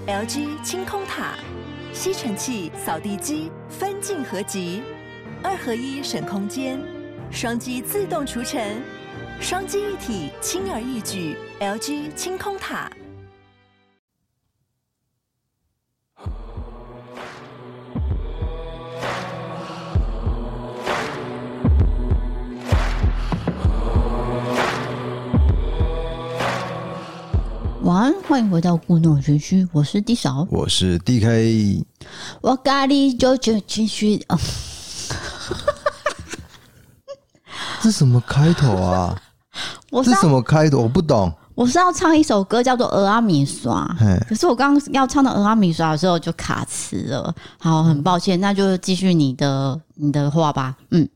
LG 清空塔，吸尘器、扫地机分镜合集，2合1省空间，双击自动除尘，双击一体轻而易举。LG 清空塔。 晚安，欢迎回到故弄玄虚，我是 D 嫂， 我是 DK。 我咖喱就情绪哦， 这什么开头啊？这什么开头？我不懂。 我是要唱一首歌叫做《俄阿米刷》，可是我刚刚要唱到《俄阿米刷》的时候就卡词了。好，很抱歉，那就继续你的话吧。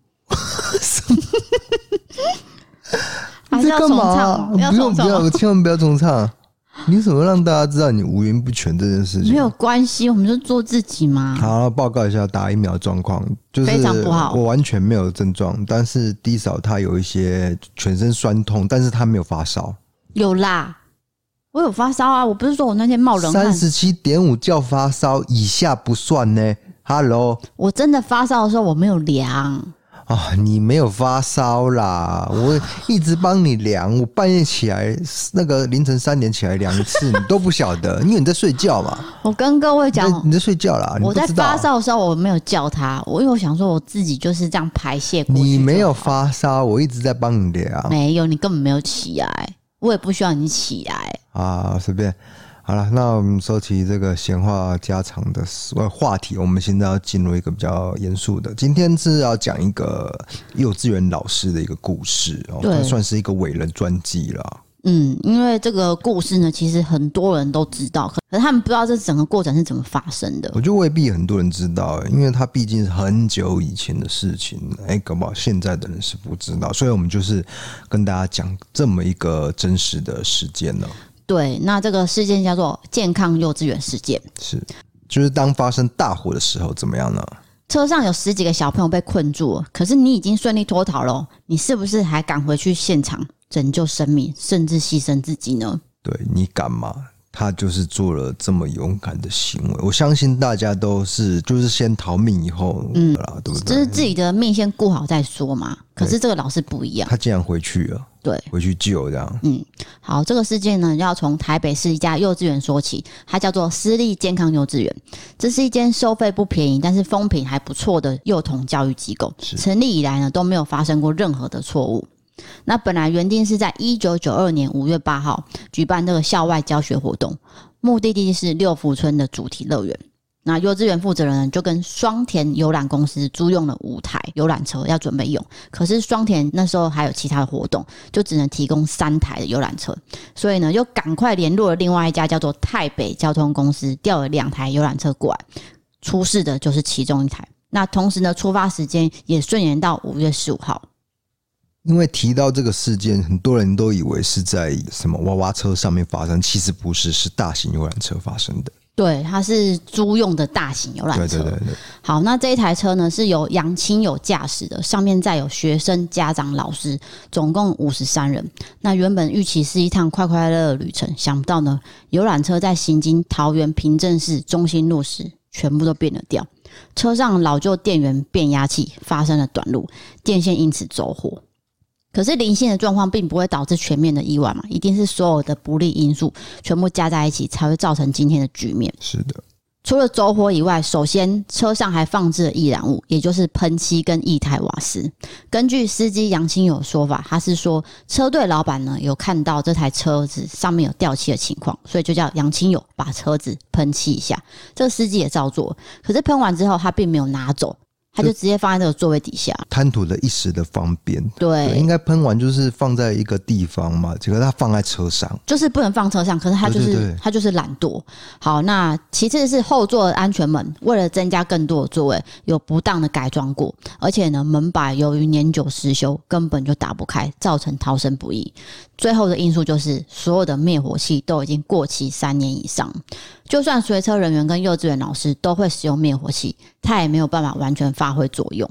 还是要重唱？ 不用，千万不要重唱。你怎么让大家知道你五音不全这件事情？ 没有关系，我们就做自己嘛。 好，报告一下打疫苗状况，就是非常不好。 我完全没有症状，但是 D 嫂她有一些全身酸痛，但是她没有发烧。 有啦，我有发烧啊！我不是说我那天冒冷汗 37.5叫发烧，以下不算呢。Hello， 我真的发烧的时候我没有量。 你没有发烧啦，我一直帮你量，我半夜起来那个凌晨3点起来量一次，你都不晓得，因为你在睡觉嘛。 我跟各位讲， 你在睡觉啦， 我在发烧的时候我没有叫他，因为我想说我自己就是这样排泄过去。 你没有发烧，我一直在帮你量。 没有，你根本没有起来，我也不需要你起来啊，随便。好了，那我们收起这个闲话家常的话题，我们现在要进入一个比较严肃的。今天是要讲一个幼稚园老师的一个故事哦，它算是一个伟人传记啦。 因为这个故事呢，其实很多人都知道，可是他们不知道这整个过程是怎么发生的。 我觉得未必很多人知道，因为它毕竟是很久以前的事情，搞不好现在的人是不知道，所以我们就是跟大家讲这么一个真实的事件呢。 对，那这个事件叫做健康幼稚园事件。 是，就是当发生大火的时候怎么样呢？ 车上有10几个小朋友被困住了，可是你已经顺利脱逃了，你是不是还赶回去现场拯救生命，甚至牺牲自己呢？ 对，你敢吗？他就是做了这么勇敢的行为，我相信大家都是就是先逃命以后，对不对？ 就是自己的命先顾好再说嘛。可是这个老师不一样， 他竟然回去了， 对， 回去救这样。 好，这个事件呢，要从台北市一家幼稚园说起，它叫做私立健康幼稚园。这是一间收费不便宜，但是风评还不错的幼童教育机构。成立以来呢，都没有发生过任何的错误。那本来原定是在1992年5月8号举办这个校外教学活动，目的地是六福村的主题乐园。那幼稚园负责人就跟双田游览公司租用了5台游览车要准备用，可是双田那时候还有其他的活动，就只能提供3台的游览车，所以呢就赶快联络了另外一家叫做泰北交通公司，调了2台游览车过来，出事的就是其中一台。那同时呢，出发时间也顺延到5月15号。 因为提到这个事件，很多人都以为是在什么娃娃车上面发生，其实不是，是大型游览车发生的。 对，它是租用的大型游览车。对。好，那这一台车呢是由杨清友驾驶的，上面载有学生、家长、老师，总共53人。那原本预期是一趟快快乐乐的旅程，想不到呢，游览车在行经桃园平镇市中心路时，全部都变了调。车上老旧电源变压器发生了短路，电线因此走火。可是零星的状况并不会导致全面的意外嘛，一定是所有的不利因素全部加在一起才会造成今天的局面。 是的， 除了走火以外，首先车上还放置了易燃物，也就是喷漆跟液态瓦斯。根据司机杨清友的说法，他是说车队老板呢有看到这台车子上面有掉漆的情况，所以就叫杨清友把车子喷漆一下。这个司机也照做，可是喷完之后他并没有拿走，他就直接放在这个座位底下， 贪图了一时的方便。 对， 应该喷完就是放在一个地方嘛，结果他放在车上， 就是不能放车上，可是他就是对，他就是懒惰。好，那其次是后座的安全门，为了增加更多的座位，有不当的改装过，而且呢，门把由于年久失修，根本就打不开，造成逃生不易。最后的因素就是所有的灭火器都已经过期3年以上，就算随车人员跟幼稚园老师都会使用灭火器，他也没有办法完全发挥作用。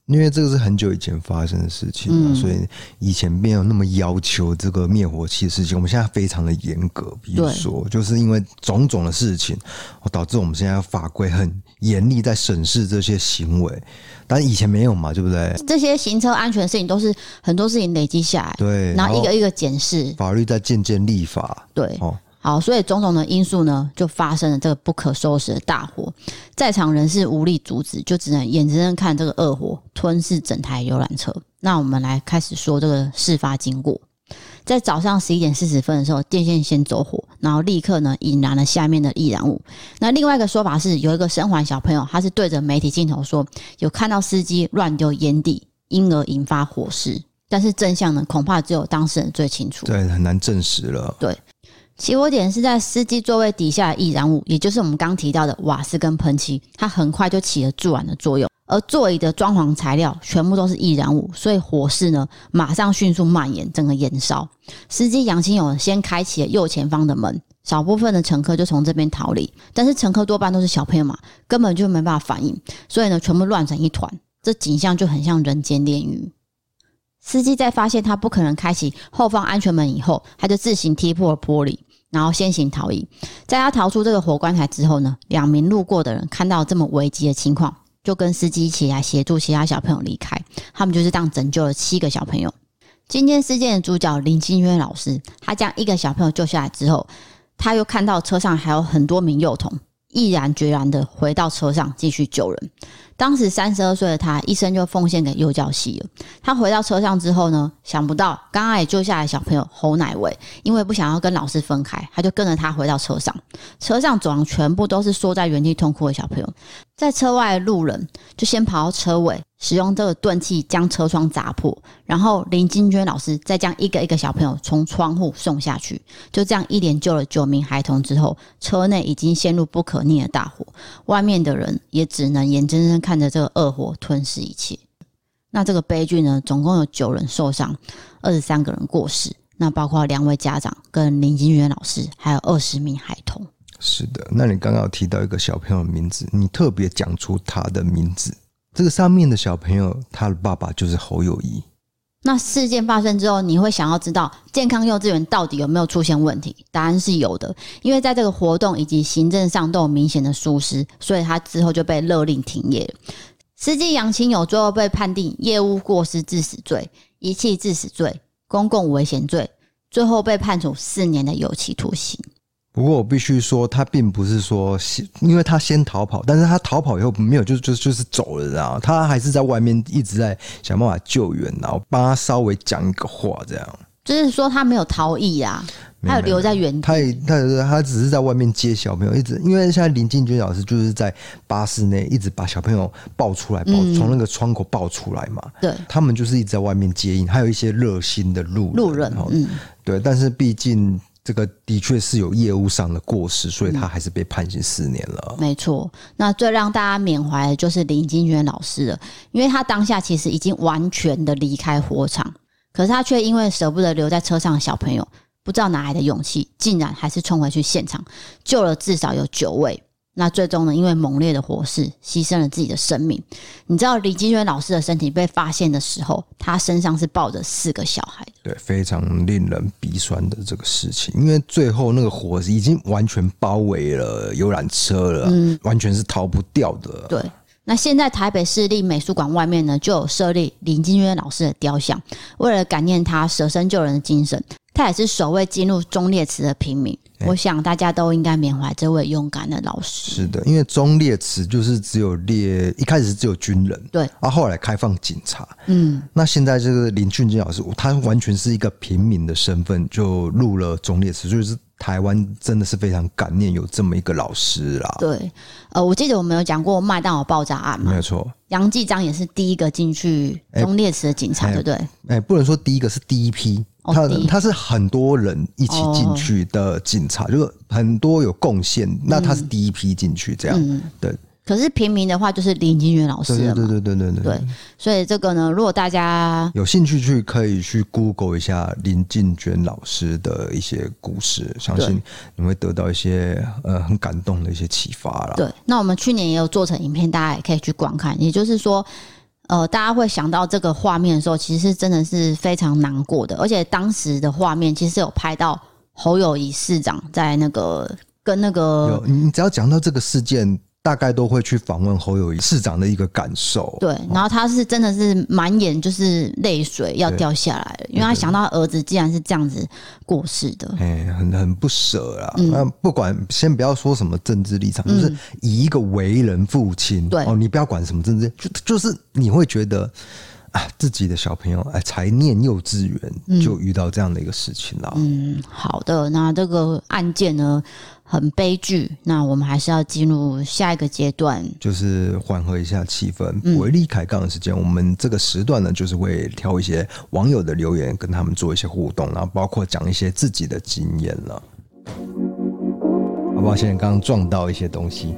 因为这个是很久以前发生的事情所以以前没有那么要求这个灭火器的事情，我们现在非常的严格。比如说，就是因为种种的事情，导致我们现在法规很严厉在审视这些行为，但以前没有嘛，对不对？ 这些行车安全的事情都是很多事情累积下来， 对， 然后一个一个检视， 法律在渐渐立法， 对。好，所以种种的因素呢，就发生了这个不可收拾的大火。在场人士无力阻止，就只能眼睁睁看这个恶火吞噬整台游览车。那我们来开始说这个事发经过。在早上11点40分的时候，电线先走火，然后立刻呢引燃了下面的易燃物。那另外一个说法是，有一个生还小朋友，他是对着媒体镜头说，有看到司机乱丢烟蒂，因而引发火势。但是真相呢，恐怕只有当事人最清楚。 对，很难证实了。 对。起火点是在司机座位底下的易燃物，也就是我们刚提到的瓦斯跟喷漆，它很快就起了助燃的作用。而座椅的装潢材料全部都是易燃物，所以火势呢马上迅速蔓延，整个延烧。司机杨清友先开启了右前方的门，少部分的乘客就从这边逃离，但是乘客多半都是小朋友嘛，根本就没办法反应，所以呢全部乱成一团，这景象就很像人间炼狱。司机在发现他不可能开启后方安全门以后，他就自行踢破了玻璃，然后先行逃逸。在他逃出这个火棺材之后呢，2名路过的人看到这么危急的情况，就跟司机一起来协助其他小朋友离开。他们就是这样拯救了7个小朋友。今天事件的主角林金渊老师，他将1个小朋友救下来之后，他又看到车上还有很多名幼童，毅然决然的回到车上继续救人。当时32岁的他一生就奉献给幼教系了。他回到车上之后呢，想不到刚刚也救下来的小朋友侯乃伟，因为不想要跟老师分开，他就跟着他回到车上。车上走廊全部都是缩在原地痛哭的小朋友。在车外的路人就先跑到车尾，使用这个钝器将车窗砸破，然后林金娟老师再将一个一个小朋友从窗户送下去。就这样一连救了9名孩童之后，车内已经陷入不可逆的大火，外面的人也只能眼睁睁看着这个恶火吞噬一切。那这个悲剧呢，总共有9人受伤，23个人过世，那包括2位家长跟林金娟老师，还有20名孩童。 是的，那你刚刚有提到一个小朋友的名字，你特别讲出他的名字，这个上面的小朋友他的爸爸就是侯友宜。 那事件发生之后，你会想要知道健康幼稚园到底有没有出现问题？答案是有的，因为在这个活动以及行政上都有明显的疏失，所以他之后就被勒令停业了。司机杨清友最后被判定业务过失致死罪、遗弃致死罪、公共危险罪，最后被判处4年的有期徒刑。 不过我必须说，他并不是说，因为他先逃跑，但是他逃跑以后没有就是走了，然后他还是在外面一直在想办法救援，然后帮他稍微讲一个话，这样。 就是说他没有逃逸啊，他有留在原地。 他只是在外面接小朋友，一直因为现在林进娟老师就是在巴士内一直把小朋友抱出来，从那个窗口抱出来嘛。对，他们就是一直在外面接应，还有一些热心的路人。对，但是毕竟这个的确是有业务上的过失，所以他还是被判刑4年了。没错， 那最让大家缅怀的就是林金娟老师了，因为他当下其实已经完全的离开火场，可是他却因为舍不得留在车上的小朋友，不知道哪来的勇气，竟然还是冲回去现场救了至少有9位。那最终呢，因为猛烈的火势牺牲了自己的生命。你知道李金娟老师的身体被发现的时候，他身上是抱着4个小孩。 对，非常令人鼻酸的这个事情，因为最后那个火已经完全包围了游览车了，完全是逃不掉的。 对，那现在台北市立美术馆外面呢，就有设立林金娟老师的雕像，为了感念他舍身救人的精神，他也是首位进入忠烈祠的平民。我想大家都应该缅怀这位勇敢的老师。 是的，因为忠烈祠就是一开始只有军人， 对， 后来开放警察。那现在这个林俊杰老师，他完全是一个平民的身份就入了忠烈祠，就是台湾真的是非常感念有这么一个老师啦。 对，我记得我们有讲过麦当劳爆炸案嘛， 没有错。 杨继章也是第一个进去忠烈祠的警察，对不对？ 不能说第一个，是第一批。他是很多人一起进去的警察，就是很多有贡献，那他是第一批进去这样。对。 可是平民的话就是林金娟老师了嘛。对，所以这个呢，如果大家有兴趣可以去 Google 一下林金娟老师的一些故事，相信你会得到一些很感动的一些启发啦。 对，那我们去年也有做成影片，大家也可以去观看。也就是说大家会想到这个画面的时候，其实是真的是非常难过的，而且当时的画面其实有拍到侯友宜市长在那个跟那个， 你只要讲到这个事件，大概都会去访问侯友宜市长的一个感受。 对，然后他是真的是满眼就是泪水要掉下来了，因为他想到他儿子竟然是这样子过世的， 很不舍啦。那不管先不要说什么政治立场，就是以一个为人父亲， 对你不要管什么政治，就是你会觉得自己的小朋友才念幼稚园就遇到这样的一个事情啦。 好的，那这个案件呢很悲剧，那我们还是要进入下一个阶段， 就是缓和一下气氛，不会离开杠的时间。我们这个时段呢，就是会挑一些网友的留言，跟他们做一些互动，然后包括讲一些自己的经验了。好不好？现在刚刚撞到一些东西。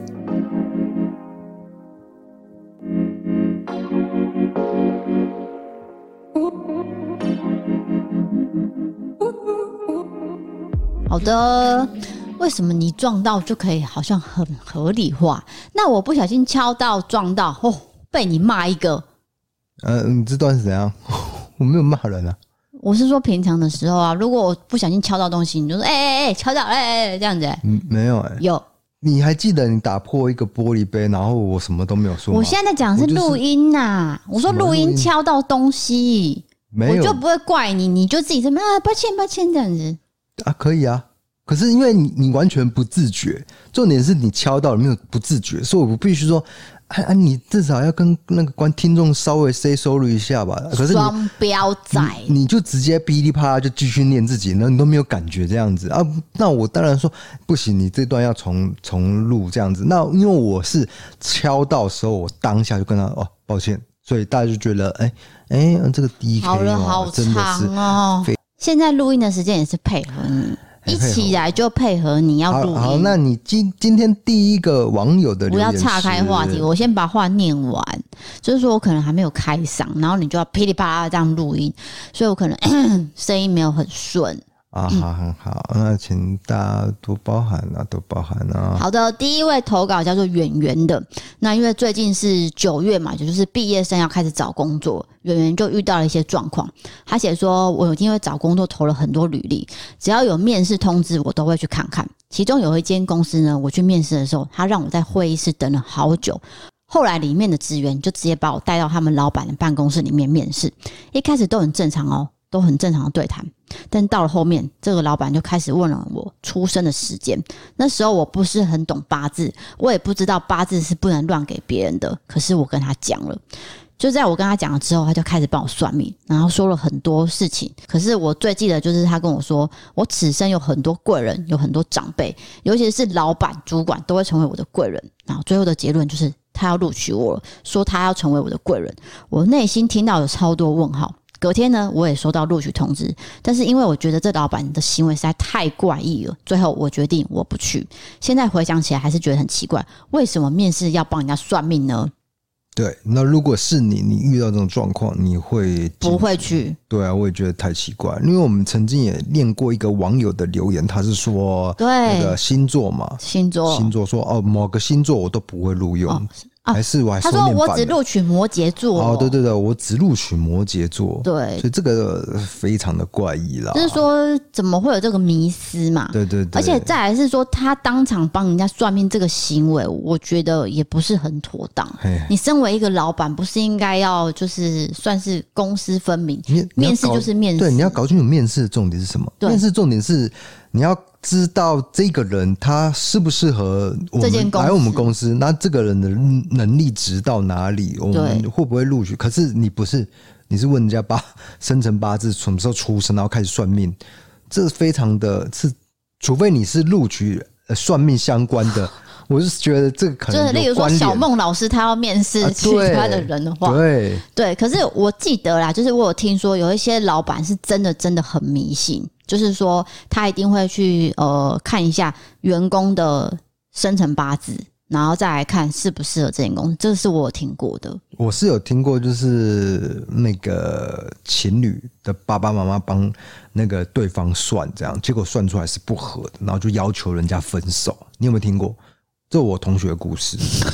好的，为什么你撞到就可以好像很合理化？那我不小心敲到撞到，被你骂一个。 你这段是怎样？我没有骂人啊。 我是说平常的时候啊，如果我不小心敲到东西，你就说敲到这样子没有有。 你还记得你打破一个玻璃杯，然后我什么都没有说吗？ 我现在在讲的是录音呐，我说录音敲到东西， 没有， 我就不会怪你，你就自己说抱歉这样子啊，可以啊。可是因为你完全不自觉，重点是你敲到了没有不自觉，所以我必须说，你至少要跟那个听众稍微 say sorry 一下吧。可是双标仔， 你就直接噼里啪啦就继续念自己，那你都没有感觉这样子啊？那我当然说不行，你这段要重录这样子。那因为我是敲到的时候，我当下就跟他抱歉，所以大家就觉得这个 DK 好了，好长哦。现在录音的时间也是配合你。一起来就配合你要录音。 好，那你今天第一个网友的留言是， 不要岔开话题，我先把话念完。就是说我可能还没有开嗓，然后你就要噼里啪啦这样录音，所以我可能声音没有很顺。 好，那请大家多包涵啊。 好的，第一位投稿叫做圆圆的。那因为最近是9月嘛，就是毕业生要开始找工作，圆圆就遇到了一些状况。他写说，我因为找工作投了很多履历，只要有面试通知我都会去看看。其中有一间公司呢，我去面试的时候，他让我在会议室等了好久。后来里面的职员就直接把我带到他们老板的办公室里面面试，一开始都很正常哦，都很正常的对谈，但到了后面，这个老板就开始问了我出生的时间。那时候我不是很懂八字，我也不知道八字是不能乱给别人的，可是我跟他讲了。就在我跟他讲了之后，他就开始帮我算命，然后说了很多事情。可是我最记得就是他跟我说，我此生有很多贵人，有很多长辈，尤其是老板、主管都会成为我的贵人。然后最后的结论就是他要录取我了，说他要成为我的贵人。我内心听到有超多问号。隔天呢，我也收到录取通知，但是因为我觉得这老板的行为实在太怪异了，最后我决定我不去。现在回想起来还是觉得很奇怪，为什么面试要帮人家算命呢？ 对，那如果是你遇到这种状况，你会不会去？ 对啊，我也觉得太奇怪，因为我们曾经也念过一个网友的留言，他是说那个星座嘛，星座说某个星座我都不会录用。还是我还他说我只录取摩羯座对，我只录取摩羯座， 对， 所以这个非常的怪异啦。 就是说怎么会有这个迷思嘛？ 对， 而且再来是说他当场帮人家算命这个行为，我觉得也不是很妥当。你身为一个老板，不是应该要就是算是公私分明？面试就是面试， 对，你要搞清楚面试的重点是什么？面试重点是你要知道这个人他适不适合我们来我们公司，那这个人的能力值到哪里，我们会不会录取？可是你不是，你是问人家生辰八字什么时候出生，然后开始算命，这非常的是，除非你是录取算命相关的。我是觉得这个可能有关联，就是例如说小梦老师他要面试其他的人的话，对。可是我记得啦，就是我有听说有一些老板是真的很迷信，就是说他一定会去看一下员工的生辰八字，然后再来看适不适合这间公司，这是我有听过的。 我是有听过，就是那个情侣的爸爸妈妈帮那个对方算，这样结果算出来是不合的，然后就要求人家分手。你有没有听过？这我同学的故事。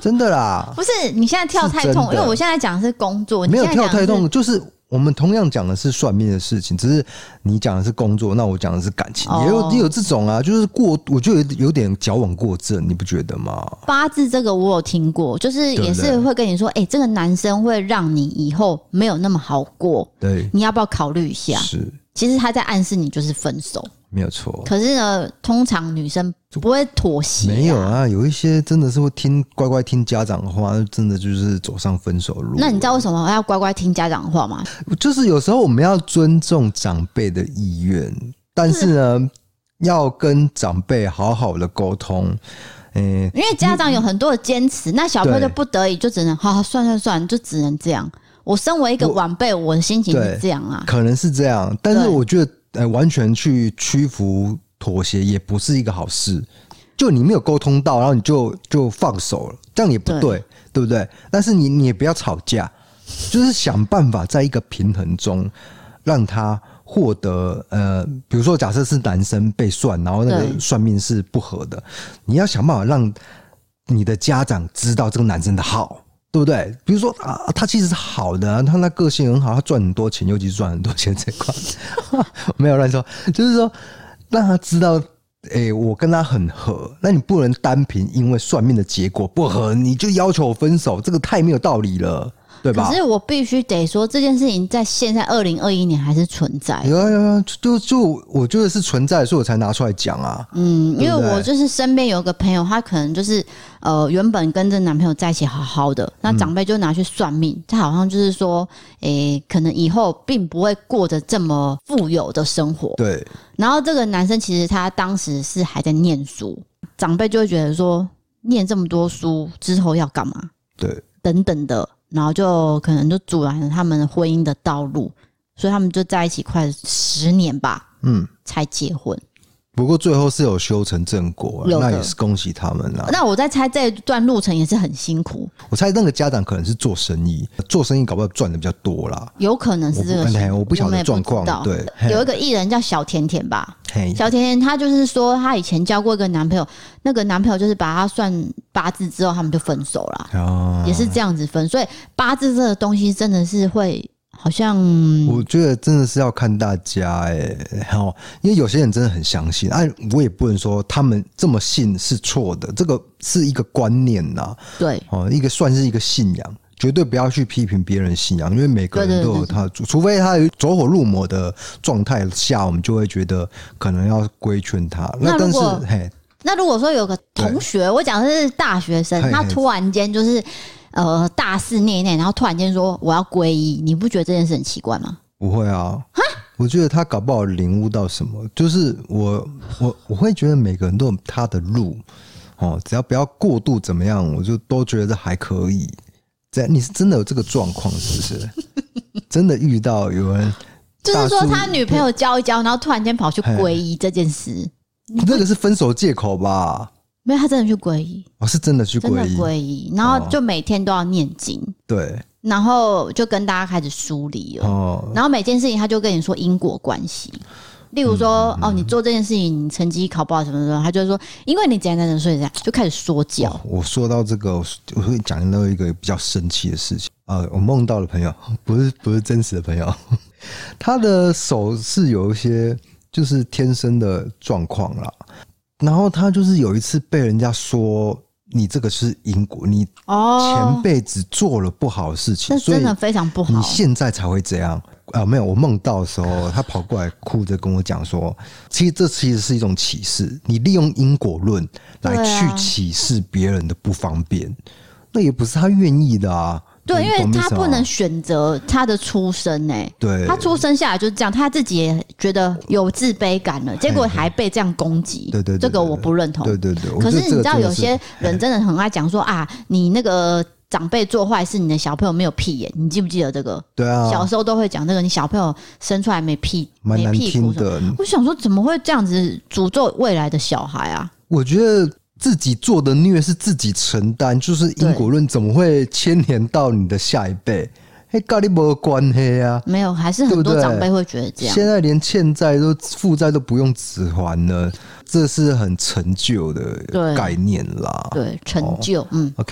真的啦。 不是你现在跳太痛，因为我现在讲的是工作， 没有跳太痛，就是我们同样讲的是算命的事情，只是你讲的是工作，那我讲的是感情，也有这种啊，就是我觉得有点矫枉过正，你不觉得吗？ 八字这个我有听过，就是也是会跟你说，这个男生会让你以后没有那么好过， 对， 你要不要考虑一下？ 是， 其实他在暗示你就是分手。 没有错， 可是呢，通常女生不会妥协、 没有啊，有一些真的是会乖乖听家长的话，真的就是走上分手路。 那你知道为什么要乖乖听家长的话吗？ 就是有时候我们要尊重长辈的意愿，但是呢，要跟长辈好好的沟通。因为家长有很多的坚持，那小朋友就不得已就只能好算，就只能这样。我身为一个晚辈，我的心情是这样啊， 可能是这样，但是我觉得。完全去屈服妥协也不是一个好事，就你没有沟通到，然后你就放手了，这样也不对，对不对？但是你也不要吵架，就是想办法在一个平衡中让他获得比如说假设是男生被算，然后那个算命是不合的，你要想办法让你的家长知道这个男生的好。对不对？比如说他其实是好的啊，他那个性很好，他赚很多钱，尤其是赚很多钱这一块，没有乱说，就是说让他知道，我跟他很合，那你不能单凭因为算命的结果不合，你就要求我分手，这个太没有道理了。对吧？ 可是我必须得说，这件事情在现在2021年还是存在。 有啊，就我觉得是存在，所以我才拿出来讲啊。 因为我就是身边有个朋友，他可能就是原本跟这男朋友在一起好好的，那长辈就拿去算命，他好像就是说，可能以后并不会过得这么富有的生活。 对。 然后这个男生其实他当时是还在念书，长辈就会觉得说，念这么多书之后要干嘛？ 对， 等等的。然后就可能就阻拦了他们婚姻的道路，所以他们就在一起快10年吧，才结婚。 不过最后是有修成正果，那也是恭喜他们啦。 那我在猜这一段路程也是很辛苦。 我猜那个家长可能是做生意搞不好赚的比较多啦， 有可能是这个。 我不晓得状况。对， 有一个艺人叫小甜甜吧，小甜甜她就是说她以前交过一个男朋友，那个男朋友就是把她算八字之后，他们就分手了，也是这样子分。所以八字这个东西真的是会。好像我觉得真的是要看大家因为有些人真的很相信，我也不能说他们这么信是错的，这个是一个观念呐， 对， 一个算是一个信仰，绝对不要去批评别人信仰，因为每个人都有他的除非他有走火入魔的状态下，我们就会觉得可能要规劝他。 那如果说有个同学，我讲的是大学生，他突然间就是大4念，然后突然间说我要皈依，你不觉得这件事很奇怪吗？ 不会啊，我觉得他搞不好领悟到什么，就是我会觉得每个人都有他的路只要不要过度怎么样，我就都觉得还可以。你是真的有这个状况是不是？真的遇到有人就是说他女朋友交一交，然后突然间跑去皈依这件事， 那个是分手借口吧？ 没有，他真的去皈依， 是真的去皈依，然后就每天都要念经， 对， 然后就跟大家开始梳理了，然后每件事情他就跟你说因果关系，例如说你做这件事情，你成绩考不好什么什么，他就说因为你怎样，所以这样就开始说教。我说到这个，我会讲到一个比较生气的事情我梦到的朋友不是真实的朋友，他的手是有一些就是天生的状况啦。然后他就是有一次被人家说你这个是因果，你前辈子做了不好的事情， 那真的非常不好， 你现在才会这样没有，我梦到的时候，他跑过来哭着跟我讲说，这其实是一种启示，你利用因果论来去启示别人的不方便，那也不是他愿意的啊。 对，因为他不能选择他的出身对， 他出生下来就是这样，他自己也觉得有自卑感了，结果还被这样攻击， 对， 这个我不认同。 对， 可是你知道有些人真的很爱讲说你那个长辈做坏事，你的小朋友没有屁眼，你记不记得这个？ 对啊， 小时候都会讲这个，你小朋友生出来没屁， 蛮难听的。 我想说，怎么会这样子诅咒未来的小孩啊？ 我觉得自己做的虐是自己承担，就是因果论怎么会牵连到你的下一辈？跟你没关系啊。 没有，还是很多长辈会觉得这样。 现在连欠债负债都不用只还了，这是很陈旧的概念啦。 对，陈旧。 OK。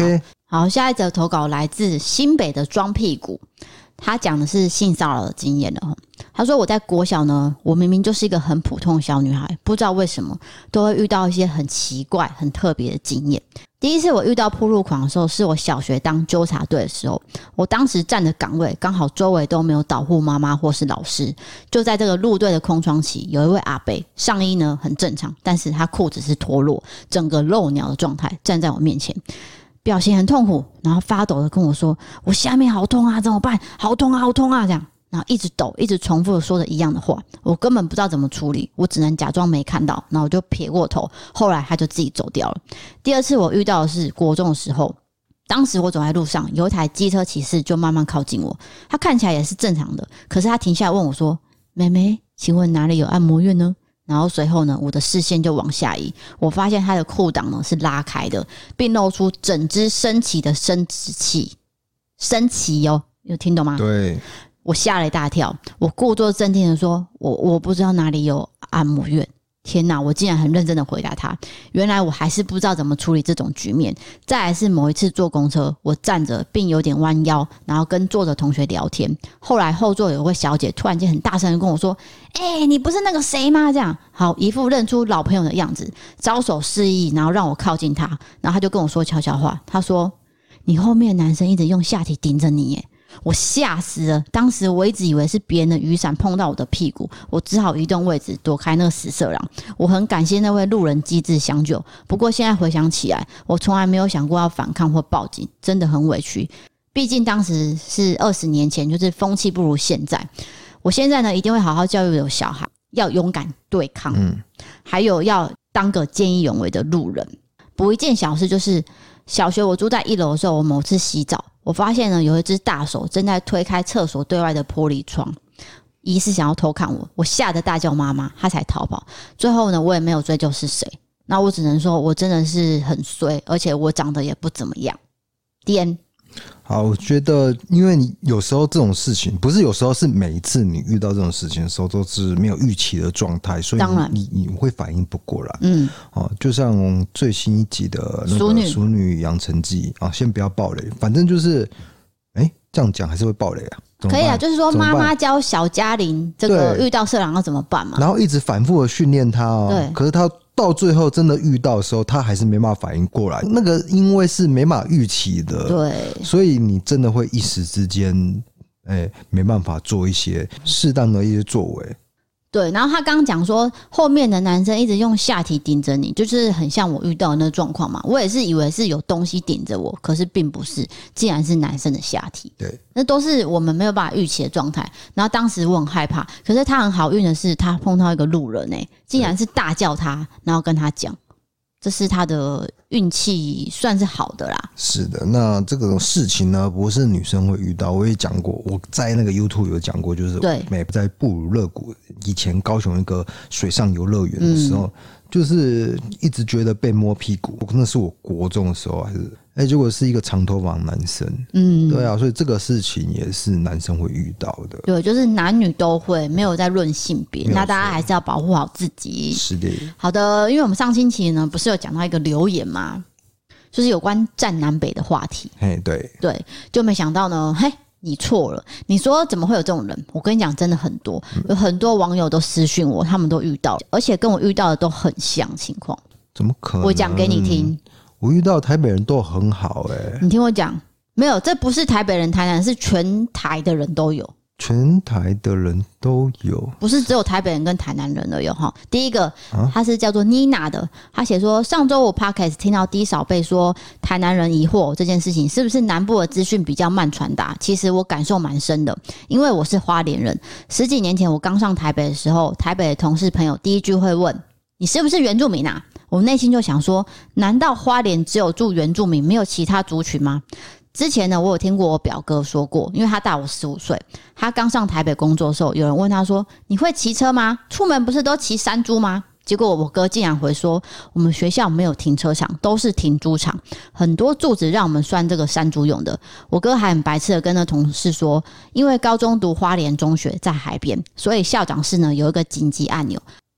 好，下一则投稿来自新北的装屁股，他讲的是性骚扰的经验了。他说我在国小呢，我明明就是一个很普通的小女孩，不知道为什么都会遇到一些很奇怪很特别的经验。第一次我遇到暴露狂的时候，是我小学当纠察队的时候，我当时站的岗位刚好周围都没有导护妈妈或是老师，就在这个路队的空窗期，有一位阿伯上衣呢很正常，但是他裤子是脱落，整个露鸟的状态站在我面前，表情很痛苦，然后发抖的跟我说我下面好痛啊，怎么办？好痛啊好痛啊这样，然后一直抖，一直重复的说着一样的话，我根本不知道怎么处理，我只能假装没看到，然后我就撇过头，后来他就自己走掉了。第二次我遇到的是国中的时候，当时我走在路上，有一台机车骑士就慢慢靠近我，他看起来也是正常的，可是他停下来问我说，妹妹请问哪里有按摩院呢？然后随后呢，我的视线就往下移，我发现他的裤裆呢是拉开的，并露出整只升起的生殖器。升起哦，有听懂吗？ 对， 我吓了一大跳，我故作镇定的说，我不知道哪里有按摩院。天哪，我竟然很认真的回答他，原来我还是不知道怎么处理这种局面。再来是某一次坐公车，我站着并有点弯腰，然后跟坐着同学聊天，后来后座有位小姐突然间很大声的跟我说，你不是那个谁吗？这样，好，一副认出老朋友的样子，招手示意，然后让我靠近他，然后他就跟我说悄悄话，他说，你后面的男生一直用下体顶着你耶。我吓死了，当时我一直以为是别人的雨伞碰到我的屁股，我只好移动位置躲开那个死色狼。我很感谢那位路人机智相救，不过现在回想起来，我从来没有想过要反抗或报警，真的很委屈。毕竟当时是20年前，就是风气不如现在。我现在呢，一定会好好教育我的小孩，要勇敢对抗，还有要当个见义勇为的路人。补一件小事，就是小学我住在1楼的时候，我某次洗澡，我发现呢有一只大手正在推开厕所对外的玻璃窗，疑似想要偷看我，我吓得大叫妈妈，他才逃跑。最后呢，我也没有追究是谁，那我只能说我真的是很衰，而且我长得也不怎么样。The 好，我觉得因为你有时候这种事情，不是有时候，是每一次你遇到这种事情的时候都是没有预期的状态，所以你会反应不过来。就像最新一集的那个《淑女养成记》啊，先不要爆雷，反正就是这样讲还是会爆雷啊。 可以啊，就是说妈妈教小嘉玲这个遇到色狼要怎么办嘛， 然后一直反复的训练他哦。对，可是他到最后真的遇到的时候，他还是没办法反应过来。那个因为是没办法预期的，对，所以你真的会一时之间，没办法做一些适当的一些作为。 对，然后他刚刚讲说后面的男生一直用下体顶着你，就是很像我遇到的那状况嘛。我也是以为是有东西顶着我，可是并不是，竟然是男生的下体。 对， 那都是我们没有办法预期的状态。然后当时我很害怕，可是他很好运的是，他碰到一个路人竟然是大叫他，然后跟他讲，这是他的运气算是好的啦。是的，那这种事情呢，不是女生会遇到。我也讲过，我在那个 YouTube 有讲过，就是在布鲁勒谷以前高雄一个水上游乐园的时候，就是一直觉得被摸屁股。那是我国中的时候还是结果是一个长头发的男生。对啊，所以这个事情也是男生会遇到的。对， 就是男女都会，没有在论性别。那大家还是要保护好自己。 是的。 好的，因为我们上星期呢，不是有讲到一个留言吗？就是有关站南北的话题。对，就没想到呢，你错了。你说怎么会有这种人？我跟你讲，真的很多，有很多网友都私讯我，他们都遇到，而且跟我遇到的都很像情况。 怎么可能？ 我讲给你听。 我遇到台北人都很好你听我讲，没有，这不是台北人、台南，是全台的人都有。 全台的人都有， 不是只有台北人跟台南人而已哈。第一个，他是叫做妮娜的，他写说，上周我 Podcast 听到低嫂贝说台南人疑惑这件事情，是不是南部的资讯比较慢传达？其实我感受蛮深的，因为我是花莲人，10几年前我刚上台北的时候，台北的同事朋友第一句会问你是不是原住民啊？我内心就想说，难道花莲只有住原住民，没有其他族群吗？之前呢，我有听过我表哥说过，因为他大我15岁，他刚上台北工作的时候，有人问他说：“你会骑车吗？出门不是都骑山猪吗？”结果我哥竟然回说：“我们学校没有停车场，都是停猪场，很多柱子让我们拴这个山猪用的。”我哥还很白痴的跟那同事说，因为高中读花莲中学在海边，所以校长室呢有一个紧急按钮。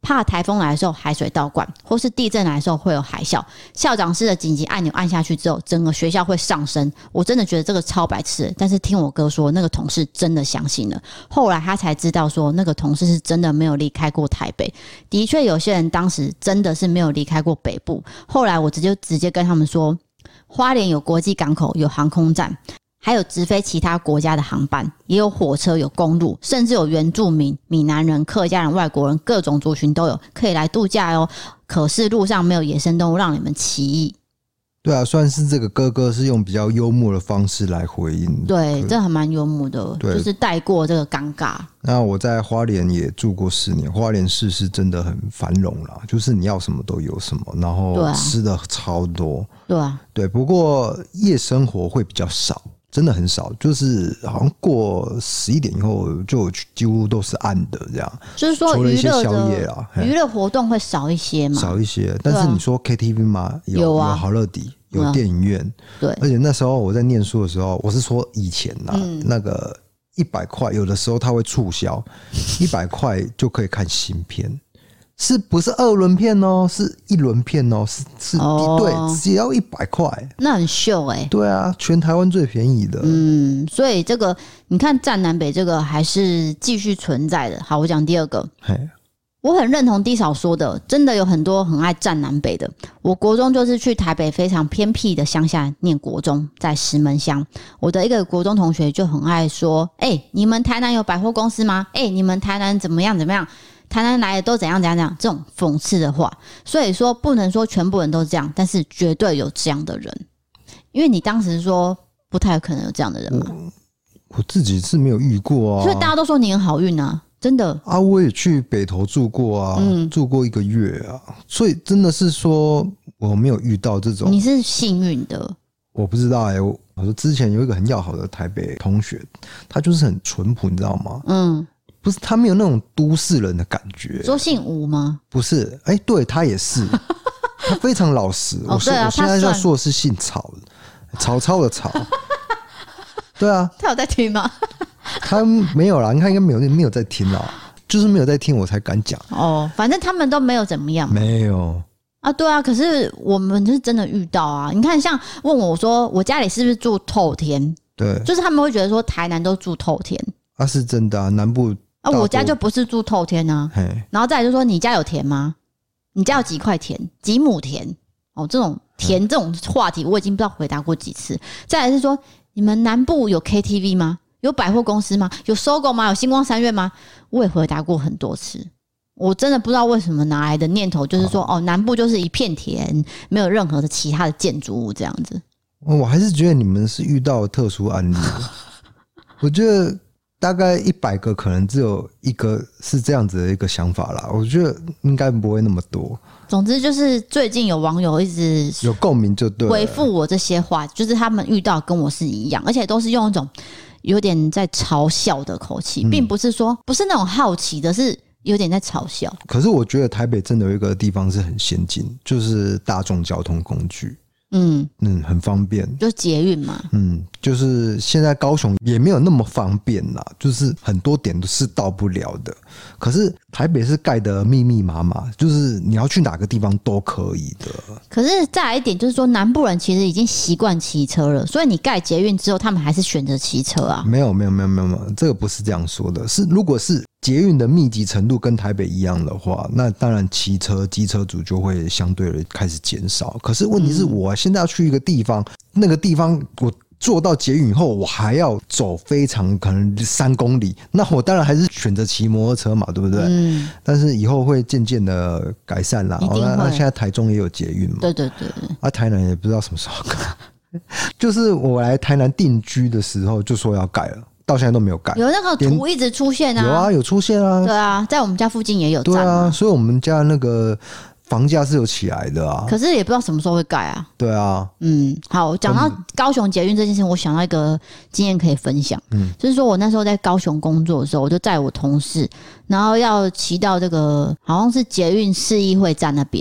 怕台风来的时候海水倒灌，或是地震来的时候会有海啸，校长室的紧急按钮按下去之后，整个学校会上升。我真的觉得这个超白痴，但是听我哥说，那个同事真的相信了。后来他才知道说，那个同事是真的没有离开过台北。的确，有些人当时真的是没有离开过北部。后来我直接跟他们说，花莲有国际港口，有航空站。还有直飞其他国家的航班，也有火车，有公路，甚至有原住民、闽南人、客家人、外国人，各种族群都有，可以来度假哦。可是路上没有野生动物让你们起义。 对啊，算是这个哥哥是用比较幽默的方式来回应。 对，这还蛮幽默的，就是带过这个尴尬。 那我在花莲也住过4年，花莲市是真的很繁荣啦，就是你要什么都有什么，然后吃的超多。对啊，对，不过夜生活会比较少。真的很少，就是好像过11点以后就几乎都是暗的这样。就是说除了一些宵夜啦， 娱乐活动会少一些嘛？ 少一些，但是你说 KTV 吗？有好乐迪，有电影院。对，而且那时候我在念书的时候，我是说以前啦，那个100块，有的时候它会促销，100块就可以看新片。是不是2轮片哦？是1轮片哦，是对，只要100块， 那很秀欸。 对啊，全台湾最便宜的。 所以这个你看战南北这个还是继续存在的。好，我讲第二个。我很认同 D 嫂说的，真的有很多很爱战南北的。我国中就是去台北非常偏僻的乡下念国中，在石门乡。我的一个国中同学就很爱说：“你们台南有百货公司吗？你们台南怎么样怎么样？”台南来的都怎样怎样怎样，这种讽刺的话，所以说不能说全部人都这样，但是绝对有这样的人。因为你当时说不太可能有这样的人嘛， 我自己是没有遇过啊， 所以大家都说你很好运啊，真的啊，我也去北投住过啊，住过1个月啊，所以真的是说我没有遇到这种。 你是幸运的， 我不知道我说之前有一个很要好的台北同学，他就是很淳朴，你知道吗？不是，他没有那种都市人的感觉。 说姓吴吗？ 不是，对，他也是，他非常老实。我现在要说的是姓曹，曹操的曹。对啊， 他有在听吗？ 他没有啦，你看应该没有在听啦，就是没有在听我才敢讲。 反正他们都没有怎么样。 没有啊，对啊，可是我们是真的遇到啊。你看，像问我说我家里是不是住透天？对，就是他们会觉得说台南都住透天。啊， 是真的啊，南部。 我家就不是住透天啊，然后再来就说你家有田吗？你家有几块田？几亩田？这种田这种话题我已经不知道回答过几次。再来是说你们南部有 KTV 吗？有百货公司吗？有SOGO吗？有星光三月吗？我也回答过很多次。我真的不知道为什么哪来的念头，就是说南部就是一片田，没有任何的其他的建筑物这样子。 我还是觉得你们是遇到特殊案例的。我觉得大概100个可能只有1个是这样子的一个想法啦，我觉得应该不会那么多。 总之就是最近有网友一直有共鸣就对了， 回复我这些话，就是他们遇到跟我是一样，而且都是用一种有点在嘲笑的口气，并不是说不是那种好奇的，是有点在嘲笑。 可是我觉得台北真的有一个地方是很先进，就是大众交通工具。很方便， 就是捷运嘛。 就是现在高雄也没有那么方便啦，就是很多点都是到不了的。可是台北是盖得密密麻麻，就是你要去哪个地方都可以的。 可是再来一点，就是说南部人其实已经习惯骑车了，所以你盖捷运之后，他们还是选择骑车啊。 没有，这个不是这样说的。是如果是捷运的密集程度跟台北一样的话，那当然骑车机车族就会相对的开始减少。可是问题是我现在要去一个地方，那个地方我坐到捷运以后，我还要走非常可能3公里，那我当然还是选择骑摩托车嘛，对不对？但是以后会渐渐的改善啦。那现在台中也有捷运嘛？对。台南也不知道什么时候盖。就是我来台南定居的时候就说要盖了。到现在都没有改， 有那个图一直出现啊， 有啊，有出现啊， 对啊，在我们家附近也有站， 对啊，所以我们家那个房价是有起来的啊， 可是也不知道什么时候会改啊。 对啊， 好，讲到高雄捷运这件事，我想到一个经验可以分享，就是说我那时候在高雄工作的时候，我就载我同事，然后要骑到这个好像是捷运市议会站那边。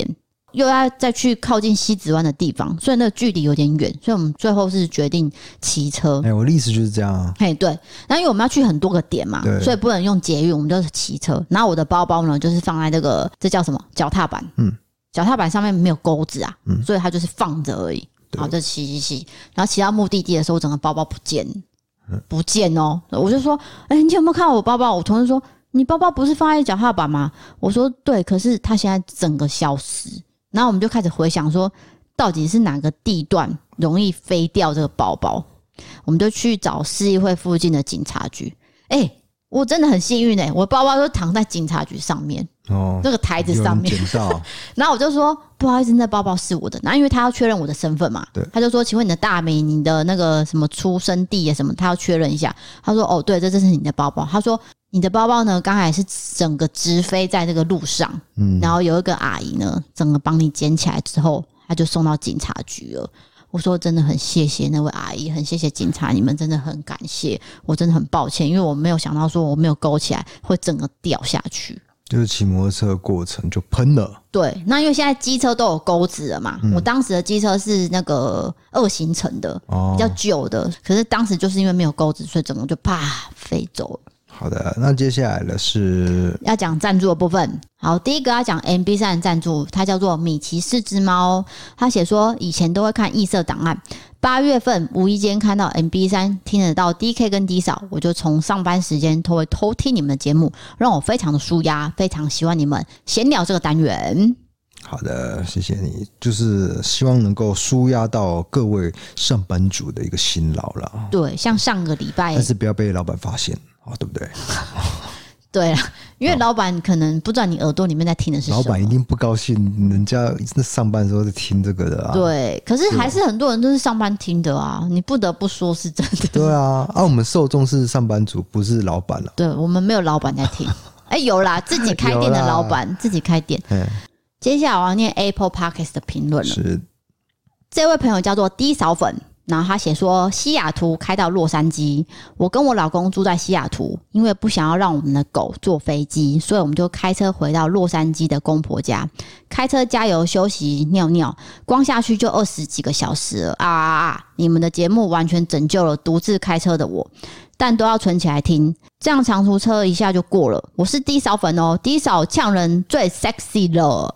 又要再去靠近西子湾的地方，所以那个距离有点远，所以我们最后是决定骑车。 我的意思就是这样啊。 对，然后因为我们要去很多个点嘛，所以不能用捷运，我们就是骑车。然后我的包包呢，就是放在这叫什么脚踏板，脚踏板上面没有钩子啊，所以它就是放着而已。然后就骑，然后骑到目的地的时候，整个包包不见哦。我就说，你有没有看到我包包？我同事说，你包包不是放在脚踏板吗？我说对，可是它现在整个消失。然后我们就开始回想说，到底是哪个地段容易飞掉这个包包？我们就去找市议会附近的警察局。我真的很幸运我包包就躺在警察局上面这个台子上面。然后我就说不好意思，那包包是我的。然后因为他要确认我的身份嘛，他就说请问你的大名、你的那个什么出生地什么，他要确认一下。他说哦对，这是你的包包。他说你的包包呢，刚才是整个直飞在这个路上，然后有一个阿姨呢，整个帮你捡起来之后，他就送到警察局了。我说真的很谢谢那位阿姨，很谢谢警察，你们真的很感谢，我真的很抱歉，因为我没有想到说我没有勾起来会整个掉下去。 就是骑摩托车的过程就喷了。 对，那因为现在机车都有钩子了嘛，我当时的机车是那个2行程的，比较旧的，可是当时就是因为没有钩子，所以整个就啪飞走了。 好的，那接下来的是要讲赞助的部分。好，第一个要讲 MB3 的赞助，它叫做米奇四只猫。他写说以前都会看异色档案，8月份无意间看到 MB3 听得到 DK 跟 D 嫂，我就从上班时间都会偷听你们的节目，让我非常的舒压，非常喜欢你们闲聊这个单元。 好的，谢谢你，就是希望能够舒压到各位上班族的一个辛劳啦。 对，像上个礼拜， 但是不要被老板发现，对不对？ 对啦，因为老板可能不知道你耳朵里面在听的是什么， 老板一定不高兴，人家上班的时候在听这个的啊。 对，可是还是很多人都是上班听的啊，你不得不说是真的。 对啊，我们受众是上班族，不是老板了。 对，我们没有老板在听。有啦，自己开店的老板，自己开店。接下来我要念 Apple Podcast 的评论了。是，这位朋友叫做 D 嫂粉，然后他写说西雅图开到洛杉矶，我跟我老公住在西雅图，因为不想要让我们的狗坐飞机，所以我们就开车回到洛杉矶的公婆家，开车加油休息尿尿，光下去就20几个小时了啊！你们的节目完全拯救了独自开车的我，但都要存起来听，这样长途车一下就过了。我是 D 嫂粉哦，D 嫂呛人最 sexy 了。